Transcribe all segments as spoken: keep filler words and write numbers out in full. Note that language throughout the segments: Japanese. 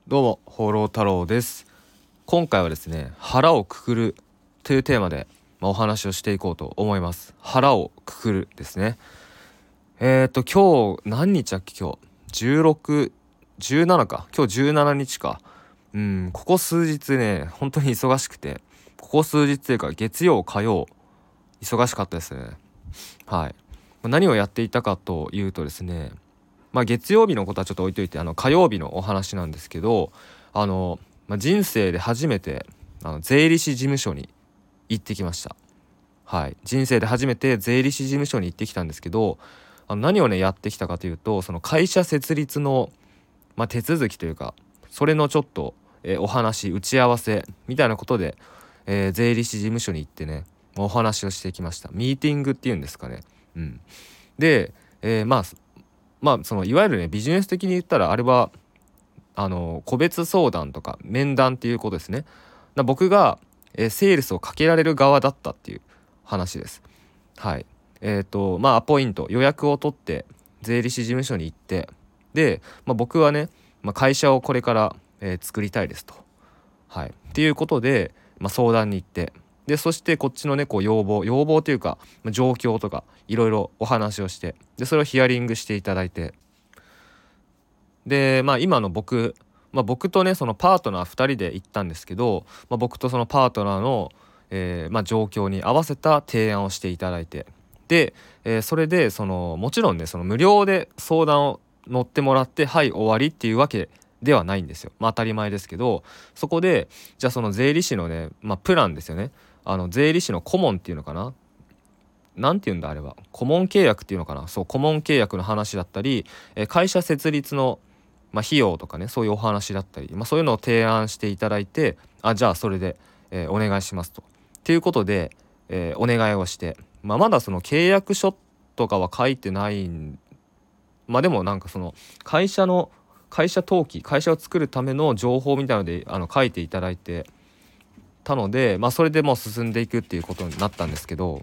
どうも放浪太郎です。今回はですね、腹をくくるというテーマで、まあ、お話をしていこうと思います。腹をくくるですね。えーと今日何日だっけ。今日じゅうろく、じゅうななか。今日じゅうしちにちか。うんここ数日ね本当に忙しくて、ここ数日というか月曜火曜忙しかったですね。はい。何をやっていたかというとですね、まあ月曜日のことはちょっと置いといて、あの火曜日のお話なんですけど、あの、まあ、人生で初めてあの税理士事務所に行ってきました。はい。人生で初めて税理士事務所に行ってきたんですけど、あの何をねやってきたかというと、その会社設立の、まあ、手続きというか、それのちょっと、えーお話打ち合わせみたいなことで、えー税理士事務所に行ってねお話をしてきました。ミーティングっていうんですかね。うん。で、えーまあまあそのいわゆるねビジネス的に言ったらあれはあの個別相談とか面談っていうことですね。な僕が、えーセールスをかけられる側だったっていう話です。はい。えっ、とまあアポイント予約を取って税理士事務所に行って、で、まあ、僕はね、まあ、会社をこれから、えー作りたいですと。はい。っていうことで、まあ、相談に行って、でそしてこっちのねこう要望要望というか、まあ、状況とかいろいろお話をして、でそれをヒアリングしていただいて、でまあ今の僕、まあ、僕とねそのパートナーふたりで行ったんですけど、まあ、僕とそのパートナーの、えーまあ、状況に合わせた提案をしていただいて、で、えーそれでそのもちろんねその無料で相談を乗ってもらってはい終わりっていうわけではないんですよ。まあ当たり前ですけど、そこでじゃあその税理士のね、まあ、プランですよね。あの税理士の顧問っていうのかな、なんていうんだあれは、顧問契約っていうのかな。そう顧問契約の話だったり、えー会社設立のまあ、費用とかね、そういうお話だったり、まあ、そういうのを提案していただいて、あじゃあそれで、えーお願いしますと。っていうことで、えーお願いをして、まあ、まだその契約書とかは書いてないん、まあでもなんかその会社の会社登記会社を作るための情報みたいなのであの書いていただいてたので、まあ、それでもう進んでいくっていうことになったんですけど、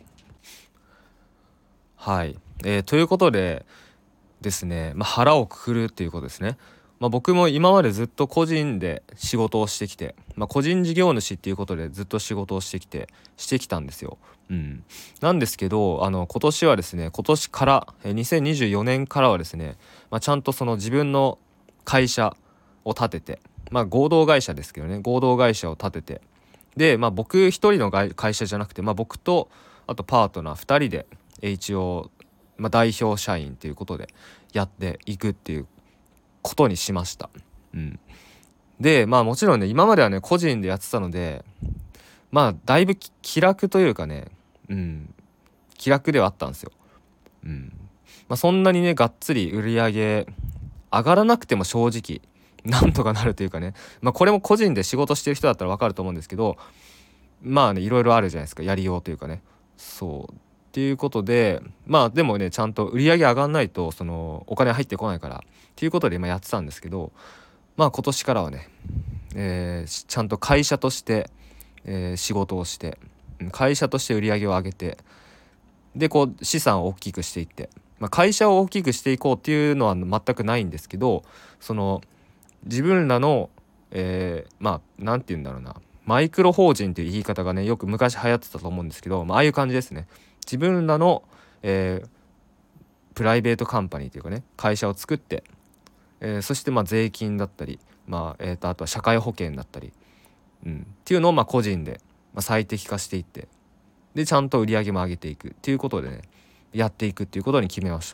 はい、えーということでですね、まあ、腹をくくるっていうことですね。まあ、僕も今までずっと個人で仕事をしてきて、まあ、個人事業主っていうことでずっと仕事をしてきてしてきたんですよ。うん、なんですけどあの今年はですね、今年からえーにせんにじゅうよねんからはですね、まあ、ちゃんとその自分の会社を立てて、まあ、合同会社ですけどね、合同会社を立てて、で、まあ、僕一人の会社じゃなくて、まあ、僕とあとパートナーふたりで一応、まあ、代表社員ということでやっていくっていうことにしました。うん、でまあもちろんね今まではね個人でやってたので、まあだいぶ気楽というかね、うん、気楽ではあったんですよ。うんまあ、そんなにねがっつり売り上げ上がらなくても正直なんとかなるというかね、まあこれも個人で仕事してる人だったら分かると思うんですけど、まあねいろいろあるじゃないですか、やりようというかね。そうっていうことで、まあでもねちゃんと売り上げ上がんないとそのお金入ってこないからっていうことで今やってたんですけど、まあ今年からはね、えーちゃんと会社として、えー仕事をして、会社として売り上げを上げて、でこう資産を大きくしていって、まあ、会社を大きくしていこうっていうのは全くないんですけど、その自分らの、えー、まあなんて言うんだろうな、マイクロ法人という言い方がねよく昔流行ってたと思うんですけど、まあああいう感じですね。自分らの、えープライベートカンパニーというかね会社を作って、えーそしてまあ税金だったり、まあえー、とあとは社会保険だったり、うん、っていうのをまあ個人で、まあ、最適化していって、でちゃんと売り上げも上げていくっていうことでねやっていくっていうことに決めました。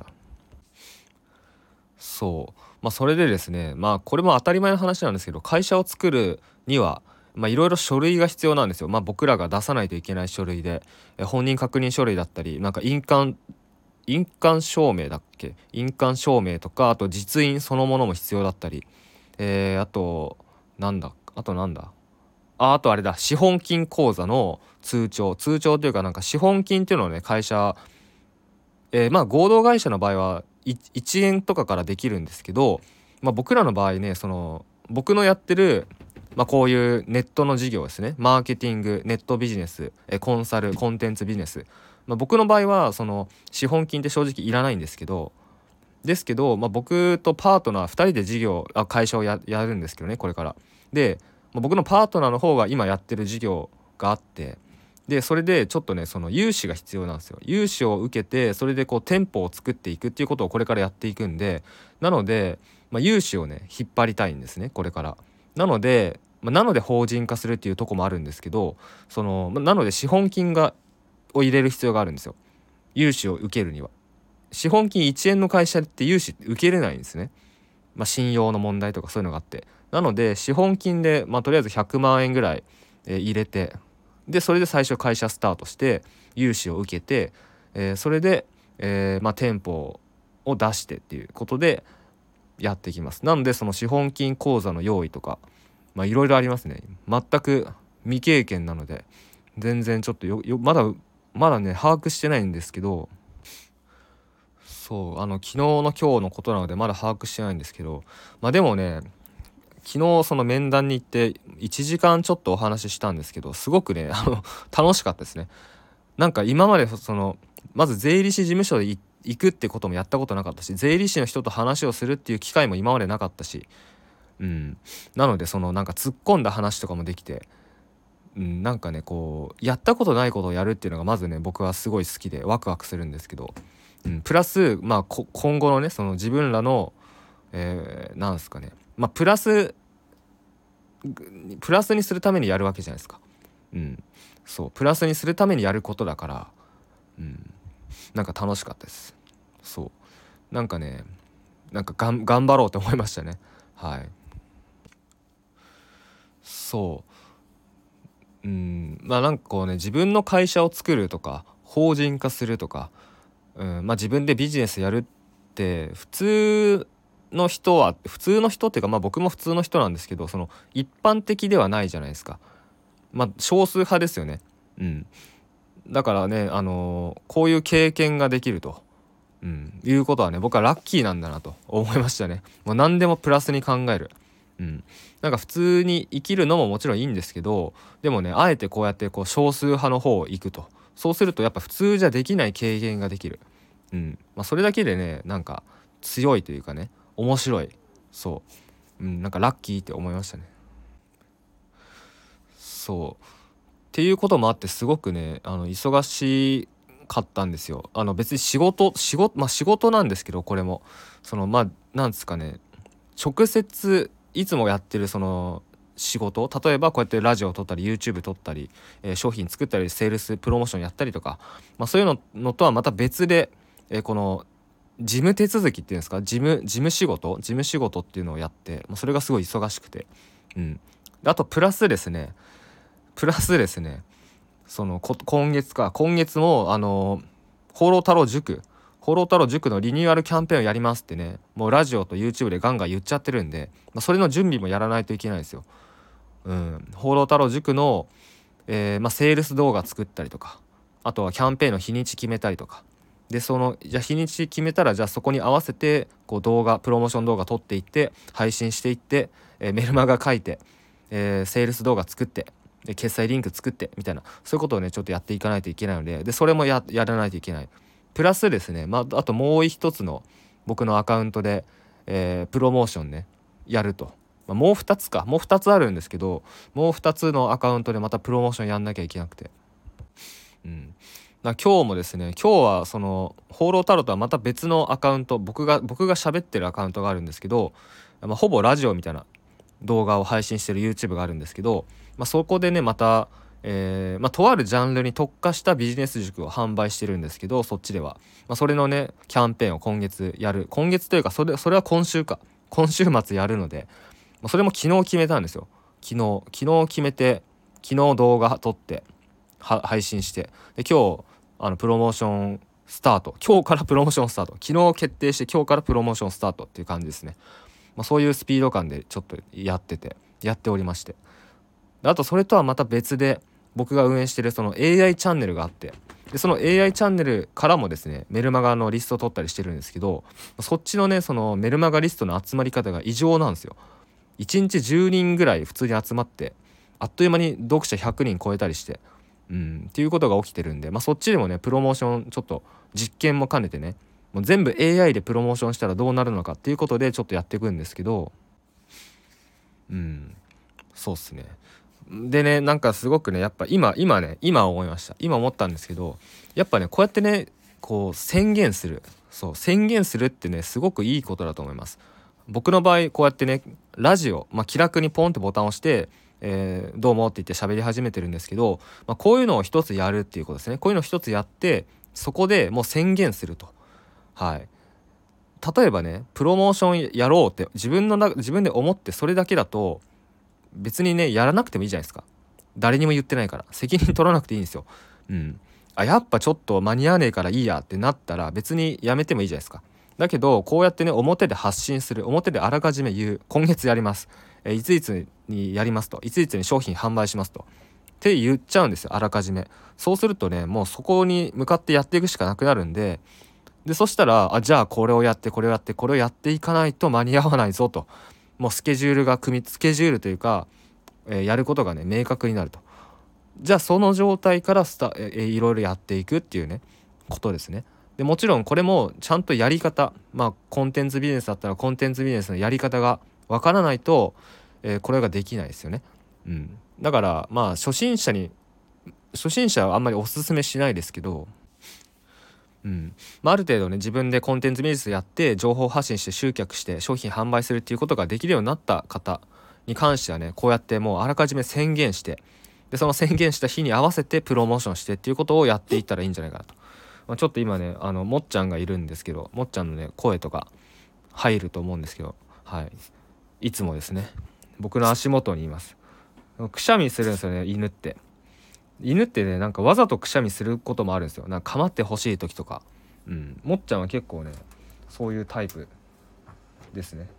そうまあそれでですね、まあこれも当たり前の話なんですけど、会社を作るにはまあいろいろ書類が必要なんですよ。まあ僕らが出さないといけない書類で、え本人確認書類だったり、なんか印鑑印鑑証明だっけ、印鑑証明とか、あと実印そのものも必要だったり、えー、あとなんだあとなんだああとあれだ、資本金口座の通帳通帳というか、なんか資本金っていうのをね会社、えーまあ合同会社の場合はいいちえんとかからできるんですけど、まあ、僕らの場合ねその僕のやってる、まあ、こういうネットの事業ですね、マーケティングネットビジネス、えコンサルコンテンツビジネス、まあ、僕の場合はその資本金って正直いらないんですけど、 ですけど、まあ、僕とパートナーふたりで事業あ会社を や, やるんですけどねこれから。で、まあ、僕のパートナーの方が今やってる事業があって、でそれでちょっとねその融資が必要なんですよ。融資を受けてそれでこう店舗を作っていくっていうことをこれからやっていくんで、なので、まあ、融資をね引っ張りたいんですねこれから。なので、まあ、なので法人化するっていうとこもあるんですけど、そのなので資本金がを入れる必要があるんですよ、融資を受けるには。資本金いちえんの会社って融資受けれないんですね。まあ、信用の問題とかそういうのがあって、なので資本金で、まあ、とりあえずひゃくまんえんぐらい、えー入れて、でそれで最初会社スタートして融資を受けて、えーそれで、えーまあ、店舗を出してっていうことでやっていきます。なのでその資本金口座の用意とかまあいろいろありますね。全く未経験なので全然ちょっとよよまだまだね把握してないんですけど、そうあの昨日の今日のことなのでまだ把握してないんですけど、まあでもね昨日その面談に行っていちじかんちょっとお話ししたんですけど、すごくねあの楽しかったですね。なんか今までそのまず税理士事務所で行くってこともやったことなかったし、税理士の人と話をするっていう機会も今までなかったし、うん、なのでそのなんか突っ込んだ話とかもできて、うん、なんかねこうやったことないことをやるっていうのがまずね僕はすごい好きでワクワクするんですけど、うん、プラスまあ今後のねその自分らの、えー、なんですかね、まあプラスプラスにするためにやるわけじゃないですか。うん、そうプラスにするためにやることだから、うん、なんか楽しかったです。そうなんかねなんかがん頑張ろうと思いましたね。はい。そううんまあなんかこうね自分の会社を作るとか法人化するとか、うんまあ、自分でビジネスやるって普通の人は普通の人っていうかまあ僕も普通の人なんですけど、その一般的ではないじゃないですか。まあ少数派ですよね。うん、だからね、あのーこういう経験ができると、うん、いうことはね僕はラッキーなんだなと思いましたね。もう何でもプラスに考える。うん、なんか普通に生きるのももちろんいいんですけど、でもねあえてこうやってこう少数派の方を行くと、そうするとやっぱ普通じゃできない経験ができる。うんまあ、それだけでねなんか強いというかね面白い。そう、うん、なんかラッキーって思いましたね。そうっていうこともあってすごくねあの忙しかったんですよ。あの別に仕事仕事まあ仕事なんですけど、これもそのまあなんですかね、直接いつもやってるその仕事、例えばこうやってラジオを撮ったり YouTube 撮ったり、えー商品作ったりセールスプロモーションやったりとか、まあ、そういうののとはまた別で、えーこの事務手続きっていうんですか、事務事務仕事事務仕事っていうのをやって、まあ、それがすごい忙しくて、うんであとプラスですねプラスですねそのこ今月か今月もあの放浪太郎塾放浪太郎塾のリニューアルキャンペーンをやりますってねもうラジオと YouTube でガンガン言っちゃってるんで、まあ、それの準備もやらないといけないんですよ。うん、放浪太郎塾の、えーまあ、セールス動画作ったりとか、あとはキャンペーンの日にち決めたりとかで、そのじゃあ日にち決めたらじゃあそこに合わせてこう動画プロモーション動画撮っていって配信していって、えーメルマガ書いて、えーセールス動画作ってで決済リンク作ってみたいな、そういうことをねちょっとやっていかないといけないので、でそれも や, やらないといけない。プラスですね、まあ、あともう一つの僕のアカウントで、えープロモーションねやると、まあ、もうふたつかもうふたつあるんですけど、もうふたつのアカウントでまたプロモーションやんなきゃいけなくて、うんだから今日もですね今日はその放浪太郎とはまた別のアカウント、僕が僕が喋ってるアカウントがあるんですけど、まあ、ほぼラジオみたいな動画を配信してる YouTube があるんですけど、まあ、そこでねまた、えーまあ、とあるジャンルに特化したビジネス塾を販売してるんですけど、そっちでは、まあ、それのねキャンペーンを今月やる今月というかそれそれは今週か今週末やるので、まあ、それも昨日決めたんですよ。昨日昨日決めて昨日動画撮っては配信して、で今日あのプロモーションスタート、今日からプロモーションスタート、昨日決定して今日からプロモーションスタートっていう感じですね。まあ、そういうスピード感でちょっとやっててやっておりまして、あとそれとはまた別で僕が運営してるその エーアイ チャンネルがあって、でその エーアイ チャンネルからもですねメルマガのリストを取ったりしてるんですけど、そっちのねそのメルマガリストの集まり方が異常なんですよ。いちにちじゅうにんぐらい普通に集まってあっという間に読者ひゃくにん超えたりして、うんっていうことが起きてるんで、まあ、そっちでもねプロモーションちょっと実験も兼ねてねもう全部 エーアイ でプロモーションしたらどうなるのかっていうことでちょっとやっていくんですけど、うんそうっすね。でね、なんかすごくね、やっぱ今今ね今思いました今思ったんですけど、やっぱねこうやってねこう宣言する、そう宣言するってねすごくいいことだと思います。僕の場合こうやってねラジオ、まあ、気楽にポンってボタンを押して、えーどうもって言って喋り始めてるんですけど、まあ、こういうのを一つやるっていうことですね。こういうのを一つやってそこでもう宣言すると。はい。例えばねプロモーションやろうって自分のな自分で思ってそれだけだと別にねやらなくてもいいじゃないですか。誰にも言ってないから責任取らなくていいんですよ。うんあやっぱちょっと間に合わねえからいいやってなったら別にやめてもいいじゃないですか。だけどこうやってね表で発信する、表であらかじめ言う、今月やります、えーいついつにやりますと、いついつに商品販売しますとって言っちゃうんですよ、あらかじめ。そうするとねもうそこに向かってやっていくしかなくなるんで、でそしたらあじゃあこれをやってこれをやってこれをやっていかないと間に合わないぞと、もうスケジュールが組みスケジュールというか、えーやることがね明確になると。じゃあその状態からスタ、えーいろいろやっていくっていうねことですね。でもちろんこれもちゃんとやり方、まあコンテンツビジネスだったらコンテンツビジネスのやり方がわからないと、えーこれができないですよね。うん、だからまあ初心者に初心者はあんまりおすすめしないですけど、うんまあ、ある程度ね自分でコンテンツビジネスやって情報発信して集客して商品販売するっていうことができるようになった方に関してはねこうやってもうあらかじめ宣言して、でその宣言した日に合わせてプロモーションしてっていうことをやっていったらいいんじゃないかなと。まあ、ちょっと今ねあのもっちゃんがいるんですけど、もっちゃんのね声とか入ると思うんですけど、はいいつもですね僕の足元にいます。くしゃみするんですよね犬って。犬ってねなんかわざとくしゃみすることもあるんですよ。なんか構ってほしい時とか、うん、もっちゃんは結構ねそういうタイプですね。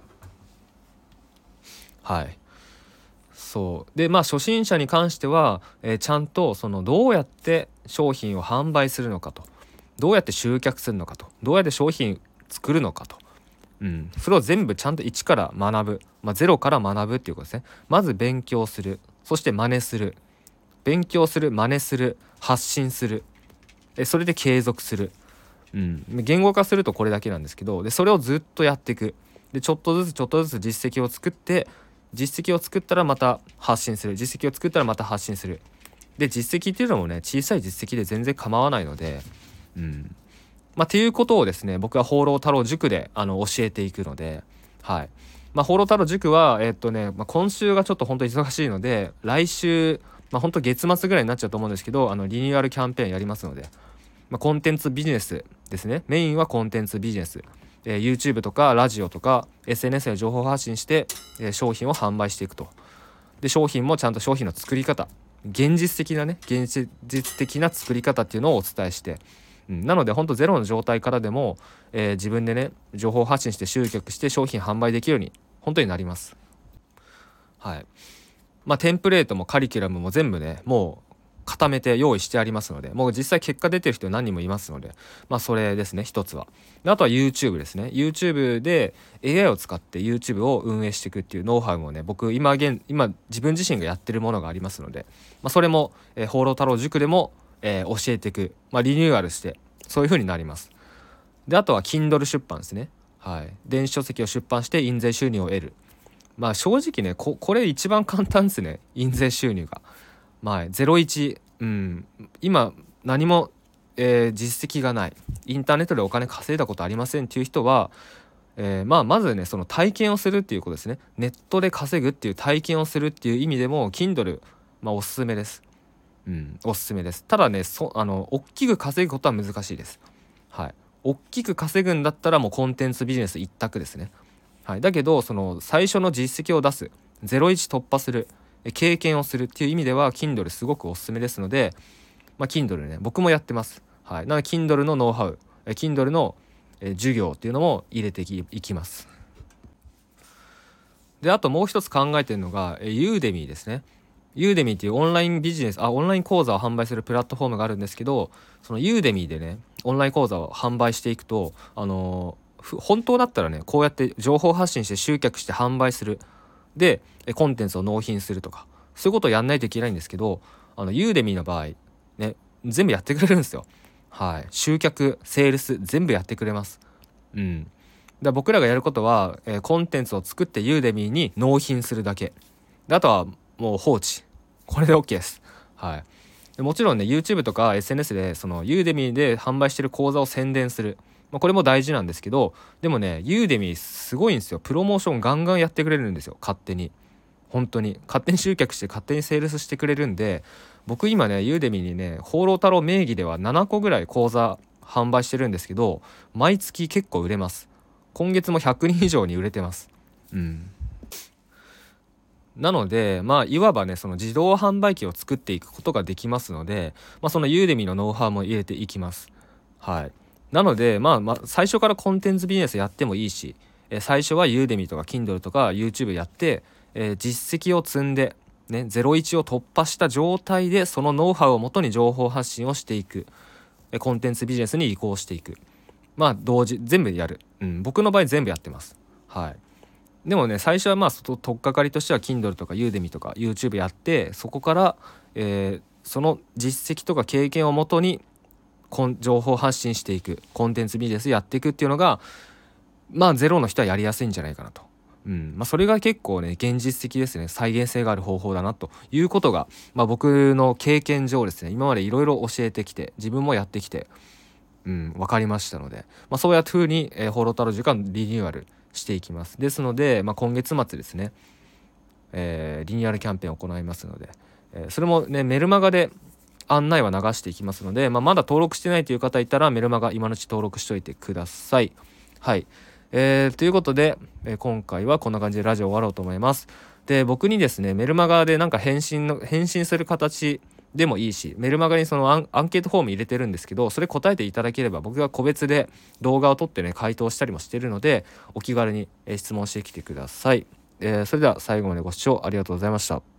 はいそうでまあ初心者に関しては、えーちゃんとそのどうやって商品を販売するのかと、どうやって集客するのかと、どうやって商品作るのかと、うん、それを全部ちゃんと一から学ぶ、まあ、ゼロから学ぶっていうことですね。まず勉強する、そして真似する、勉強する、真似する、発信する、えそれで継続する、うん、言語化するとこれだけなんですけど、でそれをずっとやっていく。でちょっとずつちょっとずつ実績を作って、実績を作ったらまた発信する、実績を作ったらまた発信する。で実績っていうのもね小さい実績で全然構わないので、うんまあっていうことをですね僕は放浪太郎塾であの教えていくので、はいまあ放浪太郎塾はえーっとね、まあ、今週がちょっと本当に忙しいので来週まあ本当月末ぐらいになっちゃうと思うんですけど、あのリニューアルキャンペーンやりますので、まあ、コンテンツビジネスですね。メインはコンテンツビジネス、えー YouTube とかラジオとか エスエヌエス で情報発信して、えー商品を販売していくと。で商品もちゃんと商品の作り方、現実的なね現実的な作り方っていうのをお伝えして、うん、なので本当ゼロの状態からでも、えー自分でね情報発信して集客して商品販売できるように本当になります。はいまあテンプレートもカリキュラムも全部ねもう固めて用意してありますので、もう実際結果出てる人何人もいますので、まあそれですね一つは。であとは YouTube ですね。 YouTube で エーアイ を使って YouTube を運営していくっていうノウハウもね僕今現今自分自身がやってるものがありますので、まあ、それも、えー、放浪太郎塾でも、えー教えていく、まあ、リニューアルしてそういう風になります。であとは Kindle 出版ですね。はい電子書籍を出版して印税収入を得る。まあ正直ね こ, これ一番簡単ですね、印税収入が。まあゼロイチ、うん、今何も、えー実績がない、インターネットでお金稼いだことありませんっていう人は、えーまあまずねその体験をするっていうことですね。ネットで稼ぐっていう体験をするっていう意味でも Kindle、まあ、おすすめです。うん、おすすめです。ただねそあの大きく稼ぐことは難しいです。はい大きく稼ぐんだったらもうコンテンツビジネス一択ですね。はい、だけどその最初の実績を出す、ゼロイチ突破する、経験をするっていう意味では Kindle すごくおすすめですので、まあ、Kindle ね僕もやってます。はい、なので Kindle のノウハウ、Kindle の授業っていうのも入れていき、いきます。であともう一つ考えてるのがユーデミーですね。ユーデミーっていうオンラインビジネスあオンライン講座を販売するプラットフォームがあるんですけど、そのユーデミーでねオンライン講座を販売していくと、あのー本当だったらねこうやって情報発信して集客して販売する、でコンテンツを納品するとかそういうことをやんないといけないんですけど、あのユーデミーの場合ね全部やってくれるんですよ。 はい、集客、セールス全部やってくれます。うん。だから僕らがやることは、えーコンテンツを作ってユーデミーに納品するだけで、あとはもう放置、これで OK です。はい。でもちろんね YouTube とか エスエヌエス でそのユーデミーで販売してる講座を宣伝する、まあ、これも大事なんですけど、でもねユーデミーすごいんですよ。プロモーションガンガンやってくれるんですよ。勝手に、本当に勝手に集客して勝手にセールスしてくれるんで、僕今ねユーデミーにね放浪太郎名義ではななこぐらい講座販売してるんですけど、毎月結構売れます。今月もひゃくにん以上に売れてます。うん。なのでまあいわばねその自動販売機を作っていくことができますので、まあ、そのユーデミのノウハウも入れていきます。はい。なのでまあまあ最初からコンテンツビジネスやってもいいし、え最初はユーデミとか Kindle とか YouTube やって、えー実績を積んでねゼロイチを突破した状態でそのノウハウをもとに情報発信をしていく、えコンテンツビジネスに移行していく、まあ同時全部やる、うん、僕の場合全部やってます。はい。でもね最初はまあそと取っかかりとしては Kindle とか Udemy とか YouTube やって、そこから、えーその実績とか経験をもとにコン情報発信していく、コンテンツビジネスやっていくっていうのがまあゼロの人はやりやすいんじゃないかなと。うんまあ、それが結構ね現実的ですね。再現性がある方法だなということが、まあ、僕の経験上ですね今までいろいろ教えてきて自分もやってきて、うん、分かりましたので、まあ、そういう風に、えー、放浪太郎塾はリニューアルしていきます。ですので、まあ、今月末ですね、えーリニューアルキャンペーンを行いますので、えーそれもねメルマガで案内は流していきますので、まあ、まだ登録してないという方いたらメルマガ今のうち登録しておいてください。はい、えーということで、えー今回はこんな感じでラジオ終わろうと思います。で僕にですねメルマガでなんか返信の返信する形でもいいし、メルマガにそのアン、アンケートフォーム入れてるんですけど、それ答えていただければ僕が個別で動画を撮ってね回答したりもしてるので、お気軽に、えー質問してきてください。えーそれでは最後までご視聴ありがとうございました。